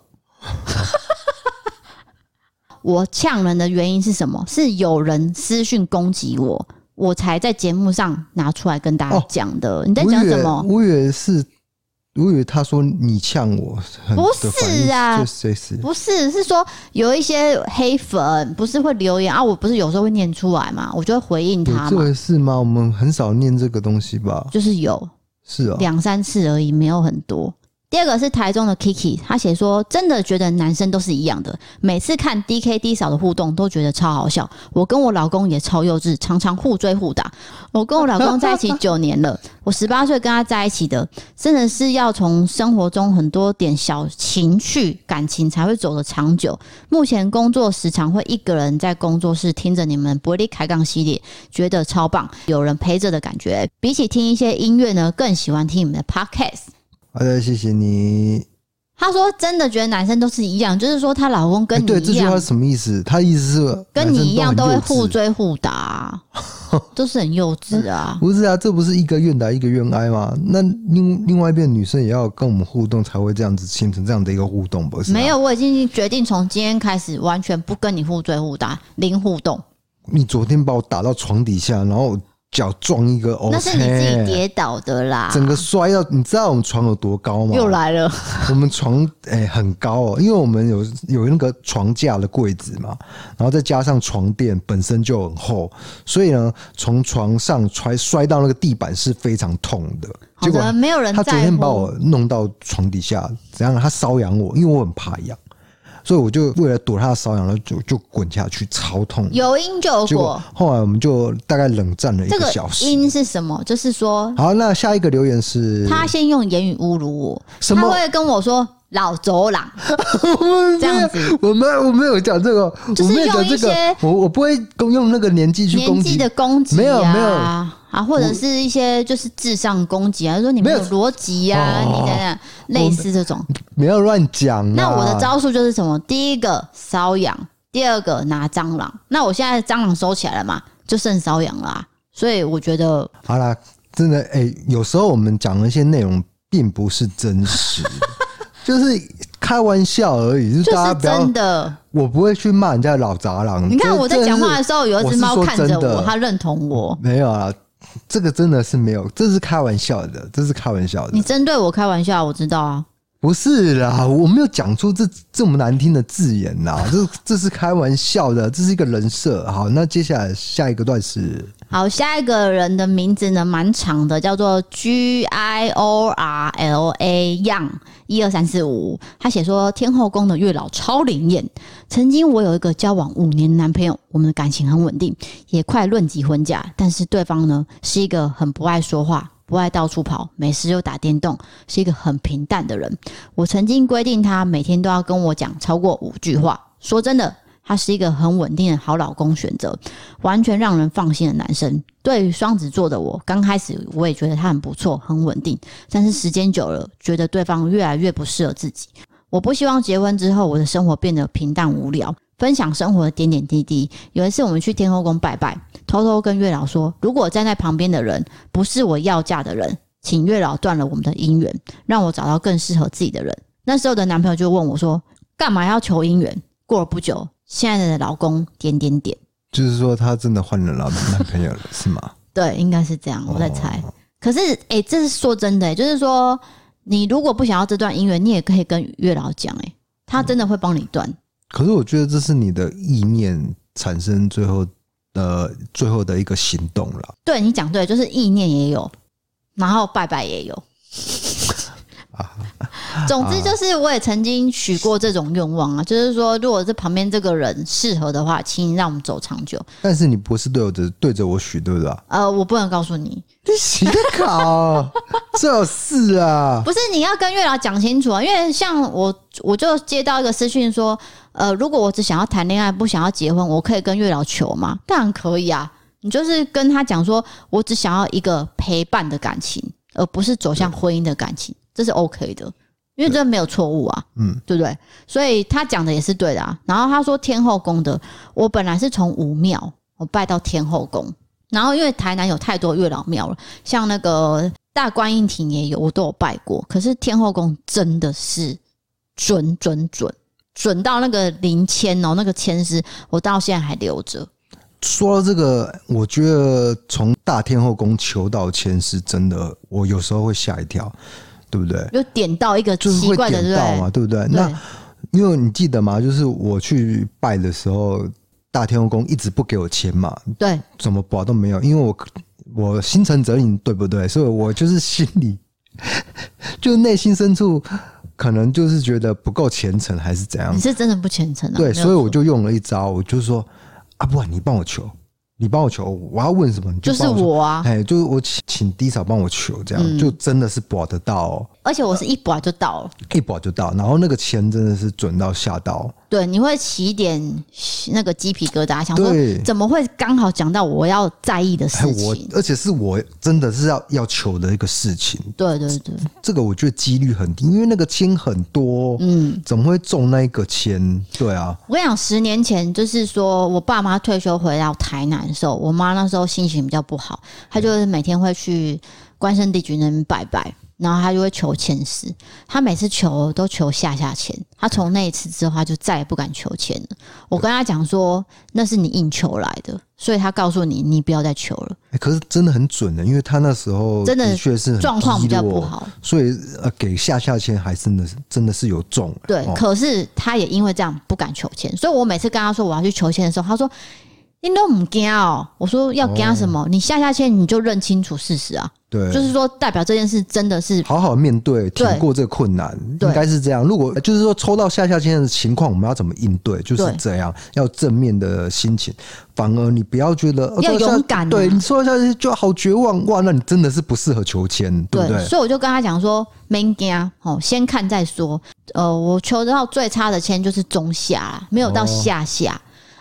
我呛人的原因是什么？是有人私讯攻击我，我才在节目上拿出来跟大家讲的。你在讲什么？ 我以为他说你呛我， 不是啊，不是，是说有一些黑粉不是会留言啊，我不是有时候会念出来嘛，我就会回应他嘛。 有这回事吗？我们很少念这个东西吧？ 就是有， 是啊 ，2-3次而已，没有很多。第二个是台中的 Kiki， 他写说真的觉得男生都是一样的，每次看 DK D 嫂的互动都觉得超好笑，我跟我老公也超幼稚，常常互追互打。我跟我老公在一起9年了，我18岁跟他在一起的，真的是要从生活中很多点小情趣感情才会走得长久。目前工作时常会一个人在工作室听着你们伯利开杠系列，觉得超棒，有人陪着的感觉，比起听一些音乐呢，更喜欢听你们的 Podcast。 好的，谢谢你。 他说真的觉得男生都是一样，就是说她老公跟你一样。 对，这句话是什么意思？他意思是跟你一样都会互追互打，都是很幼稚啊。 不是啊，这不是一个愿打一个愿挨吗？那另外一边女生也要跟我们互动，才会这样子形成这样的一个互动，不是？ 没有，我已经决定从今天开始完全不跟你互追互打，零互动。 你昨天把我打到床底下，然后脚撞一个， 那是你自己跌倒的啦， 整个摔到。你知道我们床有多高吗？ 又来了， 我们床很高哦，因为我们有那个床架的柜子嘛，然后再加上床垫本身就很厚，所以呢，从床上摔到那个地板是非常痛的。结果没有人在乎。 他昨天把我弄到床底下，怎样？他瘙痒我，因为我很怕痒。所以我就为了躲他的瘙痒，就滚下去，超痛。 有因就有果。 后来我们就大概冷战了1个小时。 这个因是什么？就是说， 好，那下一个留言是他先用言语侮辱我， 什么？ 他会跟我说老走廊这样子。 我没有讲这个， 就是用一些我不会用那个年纪去攻击。 年纪的攻击啊， 没有。 啊，或者是一些就是智商攻击啊，说你没有逻辑啊，你等等，类似这种， 没有乱讲。 那我的招数就是什么？第一个瘙痒，第二个拿蟑螂。那我现在蟑螂收起来了嘛，就剩瘙痒啦。所以我觉得， 好啦，真的，有时候我们讲的一些内容并不是真实，就是开玩笑而已，就是大家不要真的。 我不会去骂人家老杂狼。 你看我在讲话的时候，有一只猫看着我，它认同我。 没有啊，这个真的是没有，这是开玩笑的，这是开玩笑的。 你针对我开玩笑，我知道啊。 不是啦，我没有讲出这么难听的字眼啦，这是开玩笑的，这是一个人设。好，那接下来下一个段是， 好，下一个人的名字呢蛮长的，叫做 GIORLA Young 12345。他写说天后宫的月老超灵验。曾经我有一个交往5年的男朋友，我们的感情很稳定，也快论及婚嫁，但是对方呢是一个很不爱说话。不爱到处跑，没事就打电动，是一个很平淡的人。我曾经规定他每天都要跟我讲超过5句话。说真的，他是一个很稳定的好老公选择，完全让人放心的男生。对于双子座的我，刚开始我也觉得他很不错，很稳定，但是时间久了，觉得对方越来越不适合自己。我不希望结婚之后我的生活变得平淡无聊，分享生活的点点滴滴。有一次我们去天后宫拜拜，偷偷跟月老说，如果站在旁边的人不是我要嫁的人，请月老断了我们的姻缘，让我找到更适合自己的人。那时候的男朋友就问我说，干嘛要求姻缘？过了不久，现在的老公点点点，就是说他真的换了男朋友了是吗？ 对，应该是这样，我在猜。可是这是说真的，就是说你如果不想要这段姻缘，你也可以跟月老讲，他真的会帮你断。 可是我觉得这是你的意念产生最后的一个行动啦。 对，你讲对，就是意念也有，然后拜拜也有。总之就是我也曾经许过这种愿望啊，就是说如果这旁边这个人适合的话，请你让我们走长久。 但是你不是对着我许，对不对？ 我不能告诉你。 你洗的考这有事啊？ 不是，你要跟月老讲清楚啊，因为像我就接到一个私讯说，如果我只想要谈恋爱，不想要结婚，我可以跟月老求吗？当然可以啊，你就是跟他讲说，我只想要一个陪伴的感情，而不是走向婚姻的感情，这是 OK 的，因为这没有错误啊，对不对？所以他讲的也是对的啊。然后他说天后宫的，我本来是从武庙我拜到天后宫。然后因为台南有太多月老庙了，像那个大观音亭也有，我都有拜过。可是天后宫真的是准到那个灵签哦，那个签师我到现在还留着。 说到这个，我觉得从大天后宫求到签师，真的我有时候会吓一跳，对不对？ 就点到一个奇怪的， 就是会点到嘛，对不对？那因为你记得吗？就是我去拜的时候。大天后宫一直不给我签嘛， 对， 怎么保都没有，因为我心诚则灵，对不对？所以我就是心里，就内心深处，可能就是觉得不够虔诚，还是怎样？ 你是真的不虔诚啊？ 对，所以我就用了一招，我就说啊，不然你帮我求，我要问什么你就就是我啊， 就是我请低嫂帮我求，这样就真的是保得到哦。 而且我是一保就到了， 然后那个签真的是准到吓到。对， 你会起一点那个鸡皮疙瘩，想说怎么会刚好讲到我要在意的事情， 而且是我真的是要求的一个事情。 对， 这个我觉得几率很低，因为那个签很多，怎么会中那一个签？对啊， 我跟你讲，10年前就是说我爸妈退休回到台南的时候，我妈那时候心情比较不好，她就是每天会去关圣帝君那边拜拜。然后他就会求签师，他每次求都求下签，他从那一次之后他就再也不敢求签了。我跟他讲说那是你硬求来的，所以他告诉你不要再求了。 可是真的很准的，因为他那时候真的确是状况比较不好， 所以给下签还真的是有中。 对，可是他也因为这样不敢求签，所以我每次跟他说我要去求签的时候，他说你都不怕哦。我说要怕什么？你下签你就认清楚事实啊。对，就是说代表这件事真的是好好面对，挺过这个困难，应该是这样。如果就是说抽到下签的情况，我们要怎么应对？就是这样，要正面的心情。反而你不要觉得要勇敢， 对你说下去就好绝望哇，那你真的是不适合求签，对不对？ 所以我就跟他讲说，没怕，先看再说。我求到最差的签就是中下啦，没有到下。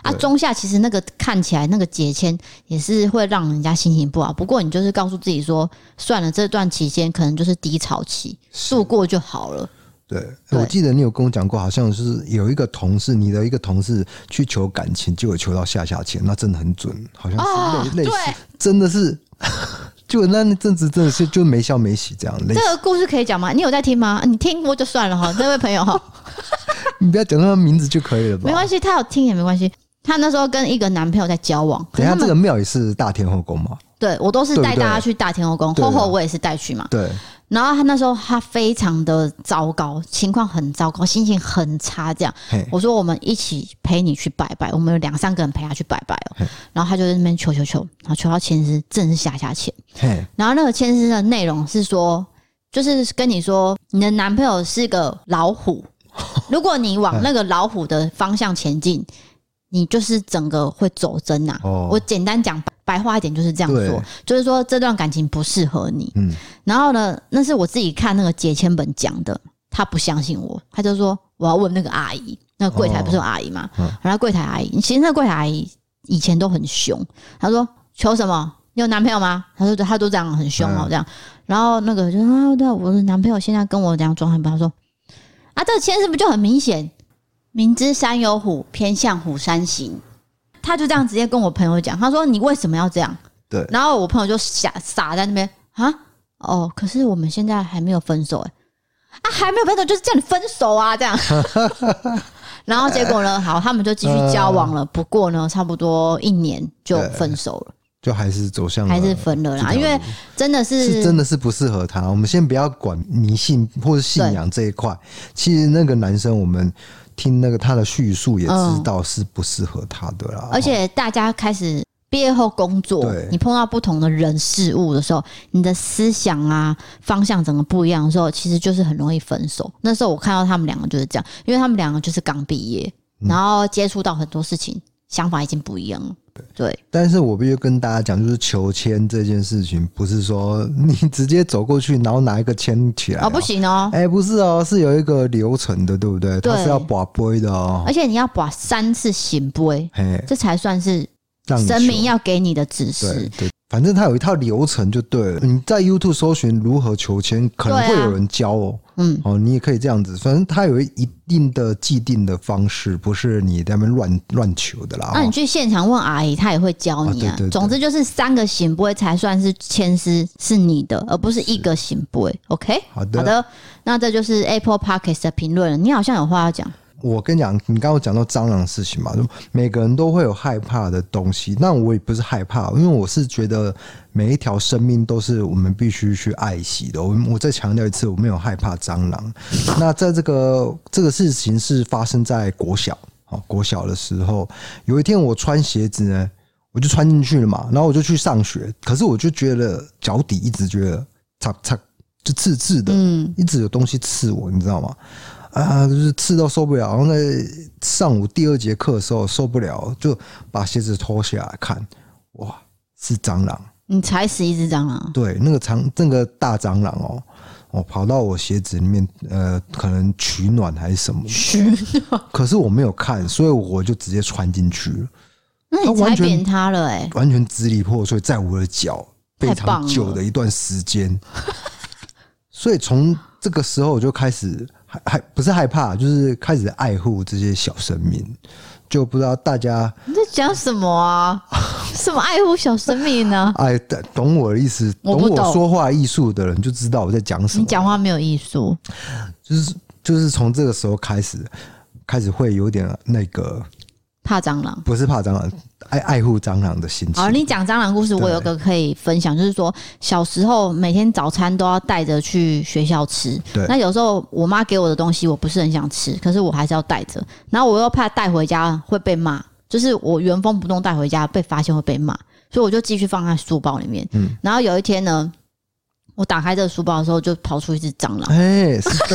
啊。中下其实那个看起来那个解签也是会让人家心情不好，不过你就是告诉自己说，算了，这段期间可能就是低潮期，度过就好了。 对，我记得你有跟我讲过，好像是有一个同事，你的一个同事去求感情，就有求到下签，那真的很准，好像是类似，真的是。就那阵子真的是就没消没息这样。 这个故事可以讲吗？你有在听吗？你听过就算了哈，这位朋友哈， 你不要讲他名字就可以了吧？ 没关系，他有听也没关系。他那时候跟一个男朋友在交往。 等一下，这个庙也是大天后宫吗？ 对，我都是带大家去大天后宫，后后我也是带去嘛。 对。 然后他那时候他非常的糟糕，情况很糟糕，心情很差这样。我说我们一起陪你去拜拜，我们有2-3个人陪他去拜拜哦。然后他就在那边求，然后求到签诗，真的是下签。然后那个签诗的内容是说，就是跟你说你的男朋友是个老虎，如果你往那个老虎的方向前进，你就是整个会走针啊。我简单讲白话一点就是这样说，就是说这段感情不适合你。然后呢，那是我自己看那个解签本讲的，他不相信我，他就说我要问那个阿姨，那个柜台不是有阿姨吗？然后柜台阿姨，其实那个柜台阿姨以前都很凶，他说求什么？你有男朋友吗？他说他都这样很凶哦，这样。然后那个就说对，我的男朋友现在跟我这样状态，他说啊，这个签是不是就很明显？明知山有虎，偏向虎山行。他就这样直接跟我朋友讲，他说你为什么要这样？ 对。 然后我朋友就傻在那边啊，哦，可是我们现在还没有分手还没有分手就是叫你分手啊，这样。然后结果呢，好，他们就继续交往了。不过呢，差不多1年就分手了。 就还是走向还是分了啦，因为真的是不适合他。我们先不要管迷信或者信仰这一块，其实那个男生我们听那个他的叙述也知道是不适合他的啦。而且大家开始毕业后工作，你碰到不同的人事物的时候，你的思想啊方向整个不一样的时候，其实就是很容易分手。那时候我看到他们2个就是这样，因为他们2个就是刚毕业，然后接触到很多事情，想法已经不一样了。对， 但是我必须跟大家讲，就是求签这件事情，不是说你直接走过去，然后拿一个签起来不行哦。 不是哦，是有一个流程的，对不对？它是要拔杯的哦， 而且你要拔3次醒杯，这才算是神明要给你的指示。 对，反正它有一套流程就对了。你在 YouTube 搜寻如何求签，可能会有人教哦。你也可以这样子，反正它有一定的既定的方式，不是你在那边乱求的啦。 那你去现场问阿姨，她也会教你啊。对，总之就是3个醒杯才算是签诗是你的，而不是1个醒杯。OK， 好的，那这就是 Apple Podcast 的评论了。你好像有话要讲。 我跟你讲，你刚刚讲到蟑螂的事情嘛，每个人都会有害怕的东西。那我也不是害怕，因为我是觉得每一条生命都是我们必须去爱惜的。我再强调一次，我没有害怕蟑螂。那在这个事情是发生在国小的时候，有一天我穿鞋子呢，我就穿进去了嘛，然后我就去上学，可是我就觉得脚底一直觉得擦就刺刺的，一直有东西刺我，你知道吗？就是刺到受不了，然后在上午第2节课的时候受不了，就把鞋子脱下来看，哇，是蟑螂！ 你踩死一只蟑螂？ 对，那个大蟑螂跑到我鞋子里面，可能取暖还是什么？取暖？可是我没有看，所以我就直接穿进去了。 那你踩扁它了完全支离破碎，在我的脚非常久的一段时间。所以从这个时候我就开始。不是害怕，就是开始爱护这些小生命。就不知道大家你在讲什么啊？什么爱护小生命呢？ 懂我的意思，懂我说话艺术的人就知道我在讲什么。 你讲话没有艺术， 就是从这个时候开始会有点那个怕蟑螂， 不是怕蟑螂，爱护蟑螂的心情。 好，你讲蟑螂故事，我有个可以分享，就是说小时候每天早餐都要带着去学校吃。对，那有时候我妈给我的东西我不是很想吃，可是我还是要带着，然后我又怕带回家会被骂，就是我原封不动带回家被发现会被骂，所以我就继续放在书包里面。然后有一天呢，我打开这个书包的时候，就跑出一只蟑螂。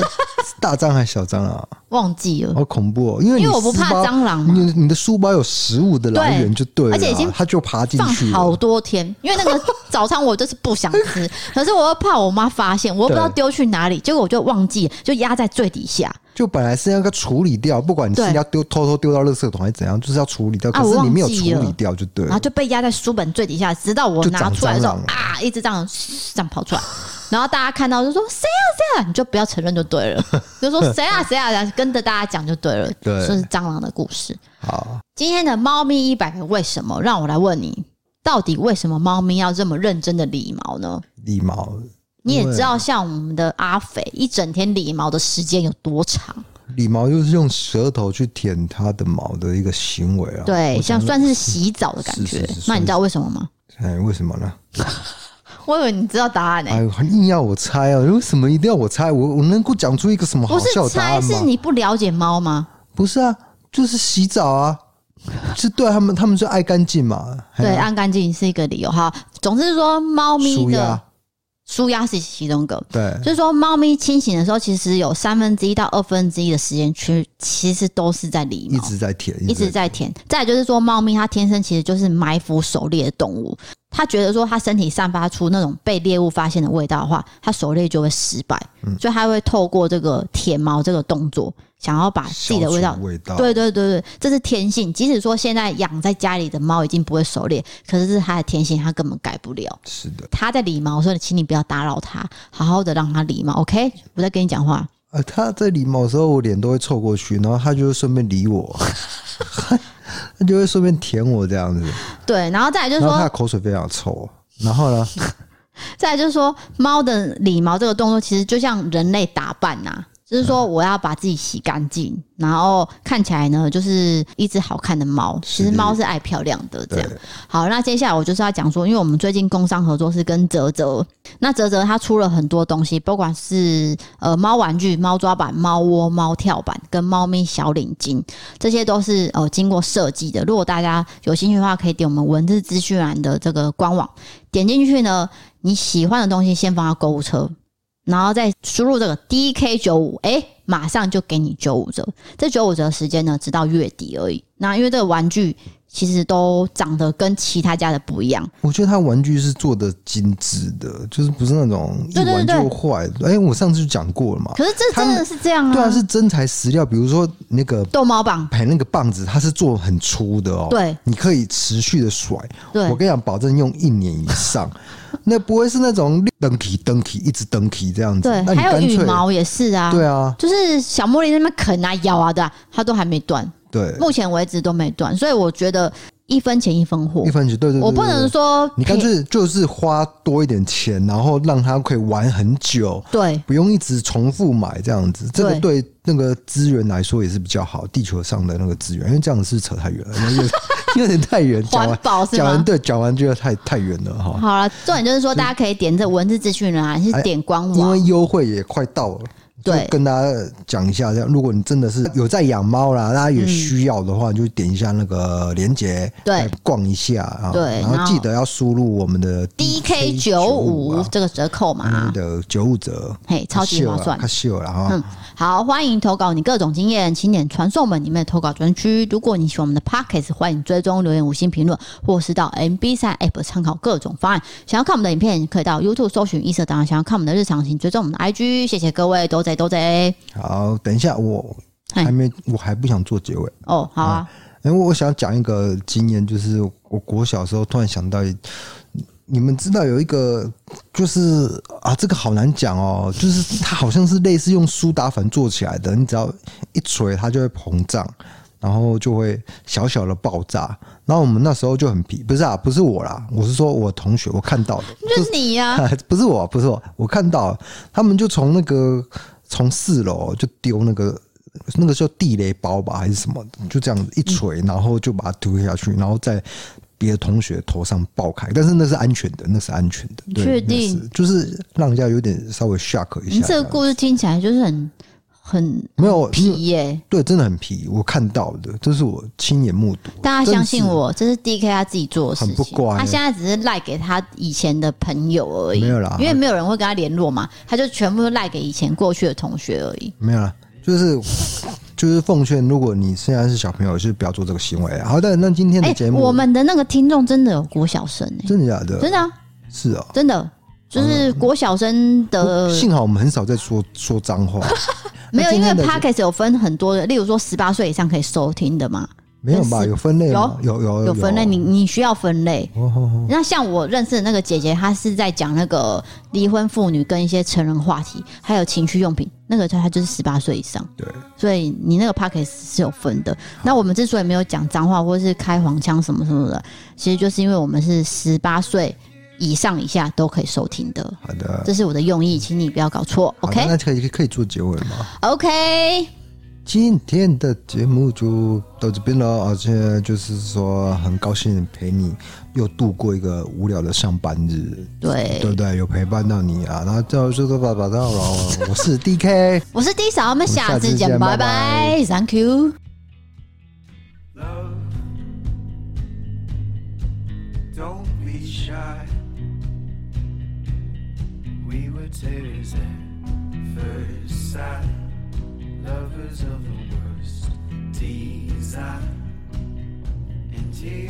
大蟑螂还是小蟑螂？ 忘记了， 好恐怖哦！因为我不怕蟑螂嘛， 你的书包有食物的来源就对了， 而且已经它就爬进去了， 放好多天。因为那个早餐我就是不想吃，可是我又怕我妈发现，我又不知道丢去哪里，结果我就忘记了，就压在最底下。就本来是要处理掉，不管你是要偷偷丢到垃圾桶还是怎样，就是要处理掉。可是你没有处理掉就对了， 然后就被压在书本最底下，直到我拿出来的时候啊，一直这样跑出来。然后大家看到就说谁啊，你就不要承认就对了，就说谁啊，跟着大家讲就对了。对，这是蟑螂的故事。好，今天的猫咪100个为什么，让我来问你，到底为什么猫咪要这么认真的理毛呢？ 理毛。 你也知道，像我们的阿肥一整天理毛的时间有多长？ 理毛就是用舌头去舔它的毛的一个行为啊。 对，像算是洗澡的感觉。那你知道为什么吗？ 为什么呢？ 我以为你知道答案呢。 还硬要我猜啊？为什么一定要我猜？我能够讲出一个什么好笑的答案吗？ 不是猜，是你不了解猫吗？ 不是啊，就是洗澡啊。是对他们就爱干净嘛。 对，爱干净是一个理由。好，总之说猫咪的。舒压是其中一个， 对， 就是说猫咪清醒的时候，其实有1/3到1/2的时间区，其实都是在理毛， 一直在舔。 再来就是说，猫咪它天生其实就是埋伏狩猎的动物，它觉得说它身体散发出那种被猎物发现的味道的话，它狩猎就会失败，所以它会透过这个舔毛这个动作，想要把自己的味道，对，这是天性。即使说现在养在家里的猫已经不会狩猎，可是这是它的天性，它根本改不了。 是的， 它在理毛的时候，请你不要打扰它，好好的让它理毛。OK， 我在跟你讲话。 他在理毛的时候，我脸都会凑过去，然后他就会顺便理我，他就会顺便舔我这样子。 对，然后再来就是说， 他的口水非常臭。然后呢， 再来就是说，猫的理毛这个动作，其实就像人类打扮啊。就是说，我要把自己洗干净，然后看起来呢，就是一只好看的猫。其实猫是爱漂亮的，这样。好，那接下来我就是要讲说，因为我们最近工商合作是跟嘖嘖，那嘖嘖它出了很多东西，不管是猫玩具、猫抓板、猫窝、猫跳板跟猫咪小领巾，这些都是经过设计的。如果大家有兴趣的话，可以点我们文字资讯栏的这个官网，点进去呢，你喜欢的东西先放到购物车。然后再输入这个 DK95， 马上就给你95折。这95折的时间呢，直到月底而已。那因为这个玩具其实都长得跟其他家的不一样。 我觉得它玩具是做的精致的，就是不是那种一玩就坏。我上次就讲过了嘛。 可是这真的是这样啊？ 对啊，是真材实料。比如说那个逗猫棒， 那个棒子它是做很粗的哦。 对， 你可以持续的甩。 对， 我跟你讲，保证用1年以上。那不会是那种登起一直登起这样子。 对，还有羽毛也是啊。 对啊， 就是小茉莉那边啃啊咬啊的，它都还没断。 对， 目前为止都没断，所以我觉得1分钱1分货。 1分钱，对， 我不能说你干脆就是花多一点钱，然后让它可以玩很久， 对， 不用一直重复买这样子。这个对那个资源来说也是比较好，地球上的那个资源，因为这样是扯太远了，有点太远。 环保是吗？ 讲完就太远了哈。 好了，重点就是说，大家可以点这文字资讯栏，还是点官网， 因为优惠也快到了。对，跟大家讲一下，这样如果你真的是有在养猫啦，大家有需要的话，就点一下那个连结， 对， 逛一下啊。 对， 然后记得要输入我们的 DK95这个折扣码的95折， 嘿，超级划算， 太秀了哈。 好，欢迎投稿你各种经验，请点传送门里面的投稿专区。如果你喜欢我们的 Podcast， 欢迎追踪留言5星评论，或是到 MB3 App 参考各种方案。想要看我们的影片，可以到 YouTube 搜寻异色档案。想要看我们的日常，请追踪我们的 IG。谢谢各位，多谢。 好，等一下，我还不想做结尾哦。好啊， 因为我想讲一个经验，就是我国小的时候突然想到，你们知道有一个就是这个好难讲哦，就是它好像是类似用苏打粉做起来的，你只要一捶它就会膨胀，然后就会小小的爆炸。然后我们那时候就很皮，不是我啦，我是说我同学，我看到的， 就是你呀、 不是我，我看到他们就从4楼就丢那个叫地雷包吧还是什么的，就这样子一捶，然后就把它丢下去，然后在别的同学头上爆开，但是那是安全的， 确定？ 就是让人家有点稍微 shock 一下。 你这个故事听起来就是很没有皮耶， 对，真的很皮，我看到的，这是我亲眼目睹。 大家相信我，这是 DK 他自己做的事情， 很不乖他现在只是赖给他以前的朋友而已， 没有啦， 因为没有人会跟他联络嘛，他就全部都赖给以前过去的同学而已。 没有啦，就是奉劝，如果你现在是小朋友，就不要做这个行为。好的，那今天的节目， 我们的那个听众真的有国小生真的假的？ 真的啊， 是啊， 真的就是国小生的。 幸好我们很少在说脏话， 没有，因为 Podcast 有分很多的，例如说18岁以上可以收听的嘛。 没有吧？有分类吗？有分类，你需要分类。那像我认识的那个姐姐，她是在讲那个离婚妇女跟一些成人话题，还有情趣用品，那个她就是18岁以上。 对， 所以你那个 podcast 是有分的。那我们之所以没有讲脏话或是开黄腔什么什么的，其实就是因为我们是18岁以上以下都可以收听的。 好的， 这是我的用意，请你不要搞错。OK， 那可以做结尾吗 ？OK。 今天的节目就到这边了，而且就是说很高兴陪你又度过一个无聊的上班日，对不对？有陪伴到你啊，然后最后就说拜拜到了，我是 DK， 我是 D 嫂，我们下次见，拜拜 ，Thank you。Don't be shy. We were tears at first sight. Lovers of the worst design, and